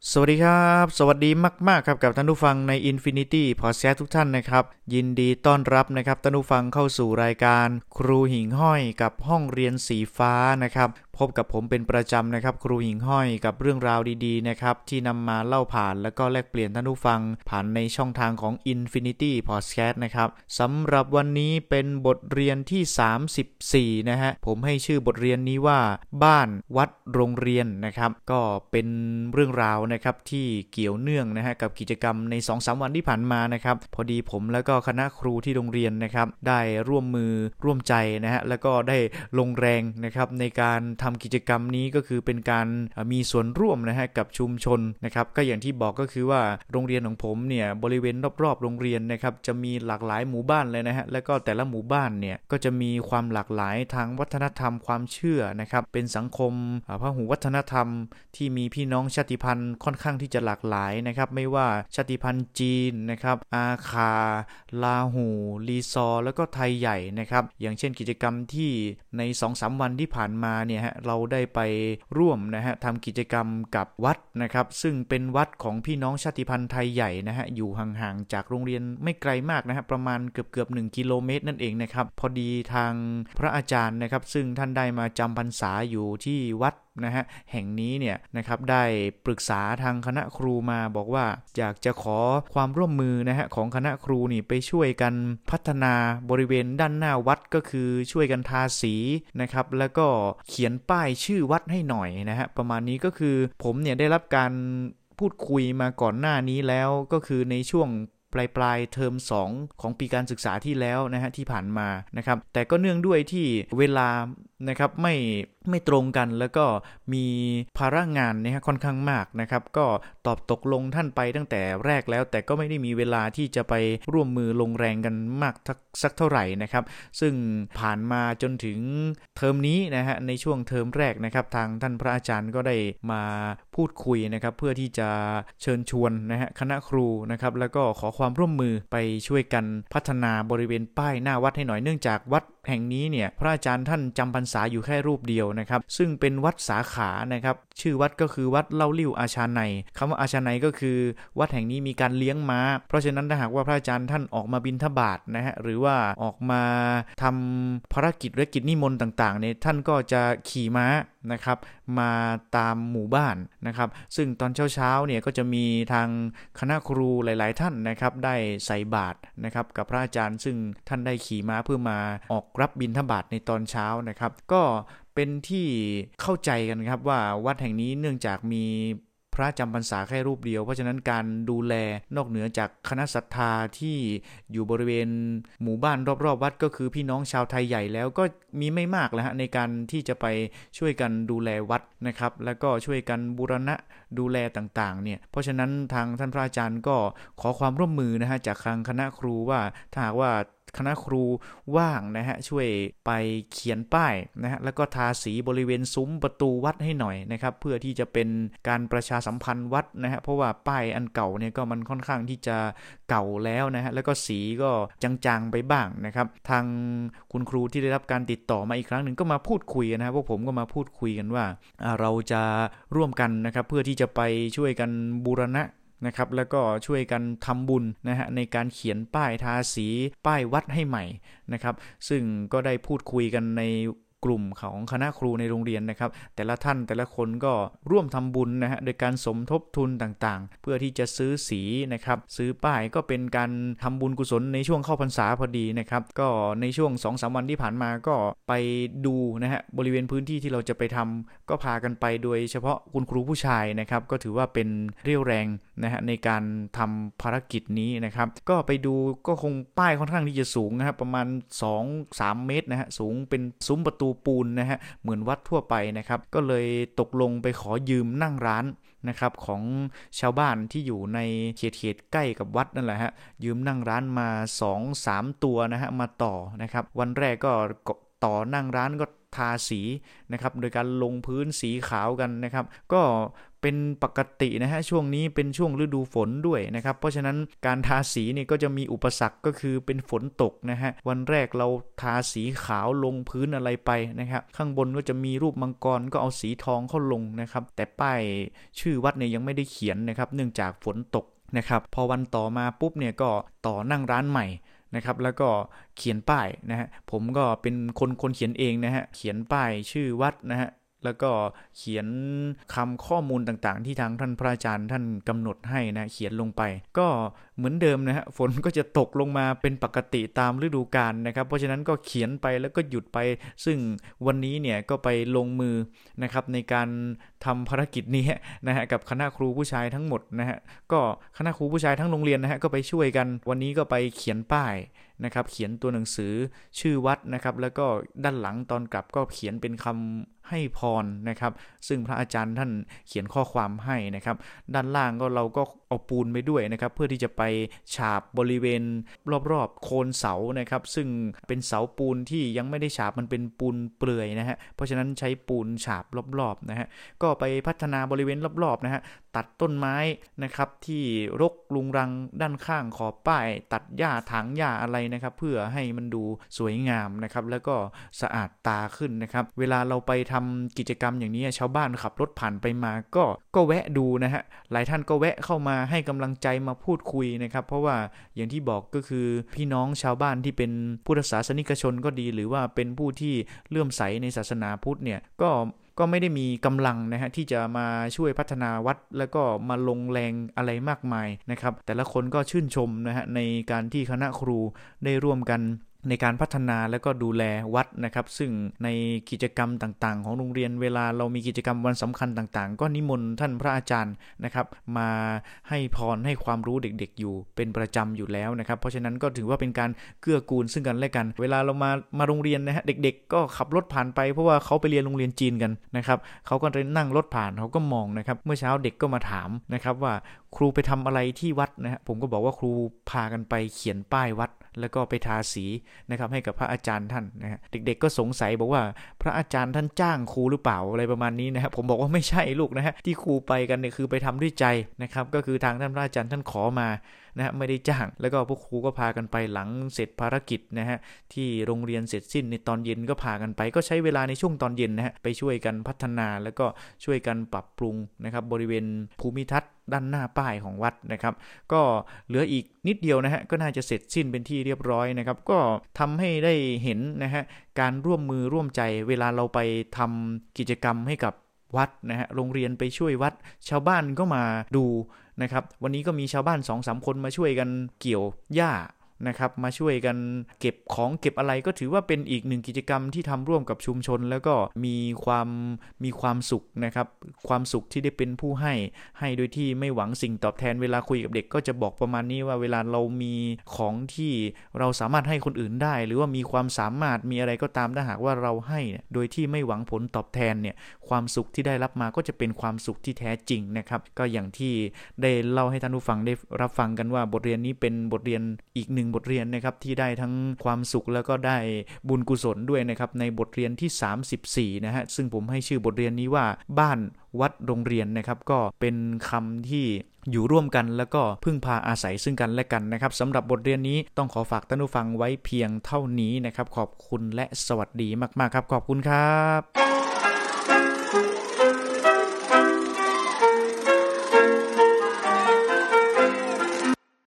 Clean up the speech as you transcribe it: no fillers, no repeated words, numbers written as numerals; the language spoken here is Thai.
สวัสดีครับสวัสดีมากๆครับกับท่านผู้ฟังใน Infinity Podcast ทุกท่านนะครับยินดีต้อนรับนะครับท่านผู้ฟังเข้าสู่รายการครูหิ่งห้อยกับห้องเรียนสีฟ้านะครับพบกับผมเป็นประจำนะครับครูหิ่งห้อยกับเรื่องราวดีๆนะครับที่นำมาเล่าผ่านแล้วก็แลกเปลี่ยนท่านผู้ฟังผ่านในช่องทางของ Infinity Podcast นะครับสำหรับวันนี้เป็นบทเรียนที่34นะฮะผมให้ชื่อบทเรียนนี้ว่าบ้านวัดโรงเรียนนะครับก็เป็นเรื่องราวนะครับที่เกี่ยวเนื่องนะฮะกับกิจกรรมใน 2-3 วันที่ผ่านมานะครับพอดีผมแล้วก็คณะครูที่โรงเรียนนะครับได้ร่วมมือร่วมใจนะฮะแล้วก็ได้ลงแรงนะครับในการทำกิจกรรมนี้ก็คือเป็นการมีส่วนร่วมนะฮะกับชุมชนนะครับก็อย่างที่บอกก็คือว่าโรงเรียนของผมเนี่ยบริเวณรอบๆโรงเรียนนะครับจะมีหลากหลายหมู่บ้านเลยนะฮะแล้วก็แต่ละหมู่บ้านเนี่ยก็จะมีความหลากหลายทางวัฒนธรรมความเชื่อนะครับเป็นสังคมพหุวัฒนธรรมที่มีพี่น้องชาติพันธุ์ค่อนข้างที่จะหลากหลายนะครับไม่ว่าชาติพันธุ์จีนนะครับอาคาลาหูลีซอแล้วก็ไทยใหญ่นะครับอย่างเช่นกิจกรรมที่ใน 2-3 วันที่ผ่านมาเนี่ยฮะเราได้ไปร่วมนะฮะทำกิจกรรมกับวัดนะครับซึ่งเป็นวัดของพี่น้องชาติพันธุ์ไทยใหญ่นะฮะอยู่ห่างๆจากโรงเรียนไม่ไกลมากนะฮะประมาณเกือบ1 กิโลเมตรนั่นเองนะครับพอดีทางพระอาจารย์นะครับซึ่งท่านได้มาจำพรรษาอยู่ที่วัดนะฮะแห่งนี้เนี่ยนะครับได้ปรึกษาทางคณะครูมาบอกว่าอยากจะขอความร่วมมือนะฮะของคณะครูนี่ไปช่วยกันพัฒนาบริเวณด้านหน้าวัดก็คือช่วยกันทาสีนะครับแล้วก็เขียนป้ายชื่อวัดให้หน่อยนะฮะประมาณนี้ก็คือผมเนี่ยได้รับการพูดคุยมาก่อนหน้านี้แล้วก็คือในช่วงปลายเทอม2ของปีการศึกษาที่แล้วนะฮะที่ผ่านมานะครับแต่ก็เนื่องด้วยที่เวลานะครับไม่ตรงกันแล้วก็มีภาระงานนะฮะค่อนข้างมากนะครับก็ตอบตกลงท่านไปตั้งแต่แรกแล้วแต่ก็ไม่ได้มีเวลาที่จะไปร่วมมือลงแรงกันมากสักเท่าไหร่นะครับซึ่งผ่านมาจนถึงเทอมนี้นะฮะในช่วงเทอมแรกนะครับทางท่านพระอาจารย์ก็ได้มาพูดคุยนะครับเพื่อที่จะเชิญชวนนะฮะคณะครูนะครับแล้วก็ขอความร่วมมือไปช่วยกันพัฒนาบริเวณป้ายหน้าวัดให้หน่อยเนื่องจากวัดแห่งนี้เนี่ยพระอาจารย์ท่านจำพรรษาอยู่แค่รูปเดียวนะครับซึ่งเป็นวัดสาขานะครับชื่อวัดก็คือวัดเล่าลิ่วอาชาไนคำว่าอาชาไนก็คือวัดแห่งนี้มีการเลี้ยงม้าเพราะฉะนั้นถ้าหากว่าพระอาจารย์ท่านออกมาบิณฑบาตนะฮะหรือว่าออกมาทำภารกิจและกิจนิมนต์ต่างๆเนี่ยท่านก็จะขี่ม้านะครับมาตามหมู่บ้านนะครับซึ่งตอนเช้าเนี่ยก็จะมีทางคณะครูหลายๆท่านนะครับได้ใส่บาตรนะครับกับพระอาจารย์ซึ่งท่านได้ขี่ม้าเพื่อมาออกรับบิณฑบาตในตอนเช้านะครับก็เป็นที่เข้าใจกันครับว่าวัดแห่งนี้เนื่องจากมีพระจำพรรษาแค่รูปเดียวเพราะฉะนั้นการดูแลนอกเหนือจากคณะศรัทธาที่อยู่บริเวณหมู่บ้านรอบๆวัดก็คือพี่น้องชาวไทยใหญ่แล้วก็มีไม่มากแล้วฮะในการที่จะไปช่วยกันดูแลวัดนะครับแล้วก็ช่วยกันบูรณะดูแลต่างๆเนี่ยเพราะฉะนั้นทางท่านพระอาจารย์ก็ขอความร่วมมือนะฮะจากทางคณะครูว่าถ้าหากว่าคณะครูว่างนะฮะช่วยไปเขียนป้ายนะฮะแล้วก็ทาสีบริเวณซุ้มประตูวัดให้หน่อยนะครับเพื่อที่จะเป็นการประชาสัมพันธ์วัดนะฮะเพราะว่าป้ายอันเก่าเนี่ยก็มันค่อนข้างที่จะเก่าแล้วนะฮะแล้วก็สีก็จางๆไปบ้างนะครับทางคุณครูที่ได้รับการติดต่อมาอีกครั้งหนึ่งก็มาพูดคุยนะครับพวกผมก็มาพูดคุยกันว่าเราจะร่วมกันนะครับเพื่อที่จะไปช่วยกันบูรณะนะครับแล้วก็ช่วยกันทำบุญนะฮะในการเขียนป้ายทาสีป้ายวัดให้ใหม่นะครับซึ่งก็ได้พูดคุยกันในกลุ่มของคณะครูในโรงเรียนนะครับแต่ละท่านแต่ละคนก็ร่วมทำบุญนะฮะโดยการสมทบทุนต่างๆเพื่อที่จะซื้อสีนะครับซื้อป้ายก็เป็นการทำบุญกุศลในช่วงเข้าพรรษาพอดีนะครับก็ในช่วง 2-3 วันที่ผ่านมาก็ไปดูนะฮะบริเวณพื้นที่ที่เราจะไปทำก็พากันไปโดยเฉพาะคุณครูผู้ชายนะครับก็ถือว่าเป็นเรี่ยวแรงนะฮะในการทำภารกิจนี้นะครับก็ไปดูก็คงป้ายค่อนข้างที่จะสูงนะครับประมาณ 2-3 เมตรนะฮะสูงเป็นซุ้มประตูปูนนะฮะเหมือนวัดทั่วไปนะครับก็เลยตกลงไปขอยืมนั่งร้านนะครับของชาวบ้านที่อยู่ในเขตใกล้กับวัดนั่นแหละฮะยืมนั่งร้านมา 2-3 ตัวนะฮะมาต่อนะครับวันแรกก็ต่อนั่งร้านก็ทาสีนะครับโดยการลงพื้นสีขาวกันนะครับก็เป็นปกตินะฮะช่วงนี้เป็นช่วงฤดูฝนด้วยนะครับเพราะฉะนั้นการทาสีเนี่ยก็จะมีอุปสรรคก็คือเป็นฝนตกนะฮะวันแรกเราทาสีขาวลงพื้นอะไรไปนะครับข้างบนก็จะมีรูปมังกรก็เอาสีทองเข้าลงนะครับแต่ป้ายชื่อวัดเนี่ยยังไม่ได้เขียนนะครับเนื่องจากฝนตกนะครับพอวันต่อมาปุ๊บเนี่ยก็ต่อนั่งร้านใหม่นะครับแล้วก็เขียนป้ายนะฮะผมก็เป็นคนเขียนเองนะฮะเขียนป้ายชื่อวัดนะฮะแล้วก็เขียนคำข้อมูลต่างๆที่ทางท่านพระอาจารย์ท่านกำหนดให้นะเขียนลงไปก็เหมือนเดิมนะฮะฝนก็จะตกลงมาเป็นปกติตามฤดูกาลนะครับเพราะฉะนั้นก็เขียนไปแล้วก็หยุดไปซึ่งวันนี้เนี่ยก็ไปลงมือนะครับในการทำภารกิจนี้นะฮะกับคณะครูผู้ชายทั้งหมดนะฮะก็คณะครูผู้ชายทั้งโรงเรียนนะฮะก็ไปช่วยกันวันนี้ก็ไปเขียนป้ายนะครับเขียนตัวหนังสือชื่อวัดนะครับแล้วก็ด้านหลังตอนกลับก็เขียนเป็นคำให้พรนะครับซึ่งพระอาจารย์ท่านเขียนข้อความให้นะครับด้านล่างก็เราก็เอาปูนไปด้วยนะครับเพื่อที่จะไปฉาบบริเวณรอบๆโคนเสานะครับซึ่งเป็นเสาปูนที่ยังไม่ได้ฉาบมันเป็นปูนเปลื่อยนะฮะเพราะฉะนั้นใช้ปูนฉาบรอบๆนะฮะก็ไปพัฒนาบริเวณรอบๆนะฮะตัดต้นไม้นะครับที่รกรุงรังด้านข้างขอบป้ายตัดหญ้าถางหญ้าอะไรนะครับเพื่อให้มันดูสวยงามนะครับแล้วก็สะอาดตาขึ้นนะครับเวลาเราไปทำกิจกรรมอย่างนี้ชาวบ้านขับรถผ่านไปมาก็แวะดูนะฮะหลายท่านก็แวะเข้ามาให้กำลังใจมาพูดคุยนะครับเพราะว่าอย่างที่บอกก็คือพี่น้องชาวบ้านที่เป็นพุทธศาสนิกชนก็ดีหรือว่าเป็นผู้ที่เลื่อมใสในศาสนาพุทธเนี่ยก็ไม่ได้มีกำลังนะฮะที่จะมาช่วยพัฒนาวัดแล้วก็มาลงแรงอะไรมากมายนะครับแต่ละคนก็ชื่นชมนะฮะในการที่คณะครูได้ร่วมกันในการพัฒนาและก็ดูแลวัดนะครับซึ่งในกิจกรรมต่างๆของโรงเรียนเวลาเรามีกิจกรรมวันสำคัญต่างๆก็นิมนต์ท่านพระอาจารย์นะครับมาให้พรให้ความรู้เด็กๆอยู่เป็นประจำอยู่แล้วนะครับเพราะฉะนั้นก็ถือว่าเป็นการเกื้อกูลซึ่งกันและกันเวลาเรามาโรงเรียนนะฮะเด็กๆก็ขับรถผ่านไปเพราะว่าเขาไปเรียนโรงเรียนจีนกันนะครับเขาก็เลยนั่งรถผ่านเขาก็มองนะครับเมื่อเช้าเด็กก็มาถามนะครับว่าครูไปทำอะไรที่วัดนะฮะผมก็บอกว่าครูพากันไปเขียนป้ายวัดแล้วก็ไปทาสีนะครับให้กับพระอาจารย์ท่านนะฮะเด็กๆก็สงสัยบอกว่าพระอาจารย์ท่านจ้างครูหรือเปล่าอะไรประมาณนี้นะครับผมบอกว่าไม่ใช่ลูกนะฮะที่ครูไปกันเนี่ยคือไปทำด้วยใจนะครับก็คือทางท่านพระอาจารย์ท่านขอมานะฮะไม่ได้จ้างแล้วก็พวกครูก็พากันไปหลังเสร็จภารกิจนะฮะที่โรงเรียนเสร็จสิ้นในตอนเย็นก็พากันไปก็ใช้เวลาในช่วงตอนเย็นนะฮะไปช่วยกันพัฒนาแล้วก็ช่วยกันปรับปรุงนะครับบริเวณภูมิทัศน์ด้านหน้าป้ายของวัดนะครับก็เหลืออีกนิดเดียวนะฮะก็น่าจะเสร็จสิ้นเป็นที่เรียบร้อยนะครับก็ทำให้ได้เห็นนะฮะการร่วมมือร่วมใจเวลาเราไปทำกิจกรรมให้กับวัดนะฮะโรงเรียนไปช่วยวัดชาวบ้านก็มาดูนะครับวันนี้ก็มีชาวบ้าน 2-3 คนมาช่วยกันเกี่ยวหญ้านะครับมาช่วยกันเก็บของเก็บอะไรก็ถือว่าเป็นอีกหนึ่งกิจกรรมที่ทำร่วมกับชุมชนแล้วก็มีความสุขนะครับความสุขที่ได้เป็นผู้ให้โดยที่ไม่หวังสิ่งตอบแทนเวลาคุยกับเด็กก็จะบอกประมาณนี้ว่าเวลาเรามีของที่เราสามารถให้คนอื่นได้หรือว่ามีความสามารถมีอะไรก็ตามถ้าหากว่าเราให้โดยที่ไม่หวังผลตอบแทนเนี่ยความสุขที่ได้รับมาก็จะเป็นความสุขที่แท้จริงนะครับก็อย่างที่ได้เล่าให้ท่านผู้ฟังได้รับฟังกันว่าบทเรียนนี้เป็นบทเรียนอีกหนึ่งบทเรียนนะครับที่ได้ทั้งความสุขแล้วก็ได้บุญกุศลด้วยนะครับในบทเรียนที่34นะฮะซึ่งผมให้ชื่อบทเรียนนี้ว่าบ้านวัดโรงเรียนนะครับก็เป็นคำที่อยู่ร่วมกันแล้วก็พึ่งพาอาศัยซึ่งกันและกันนะครับสำหรับบทเรียนนี้ต้องขอฝากท่านผู้ฟังไว้เพียงเท่านี้นะครับขอบคุณและสวัสดีมากๆครับขอบคุณครับ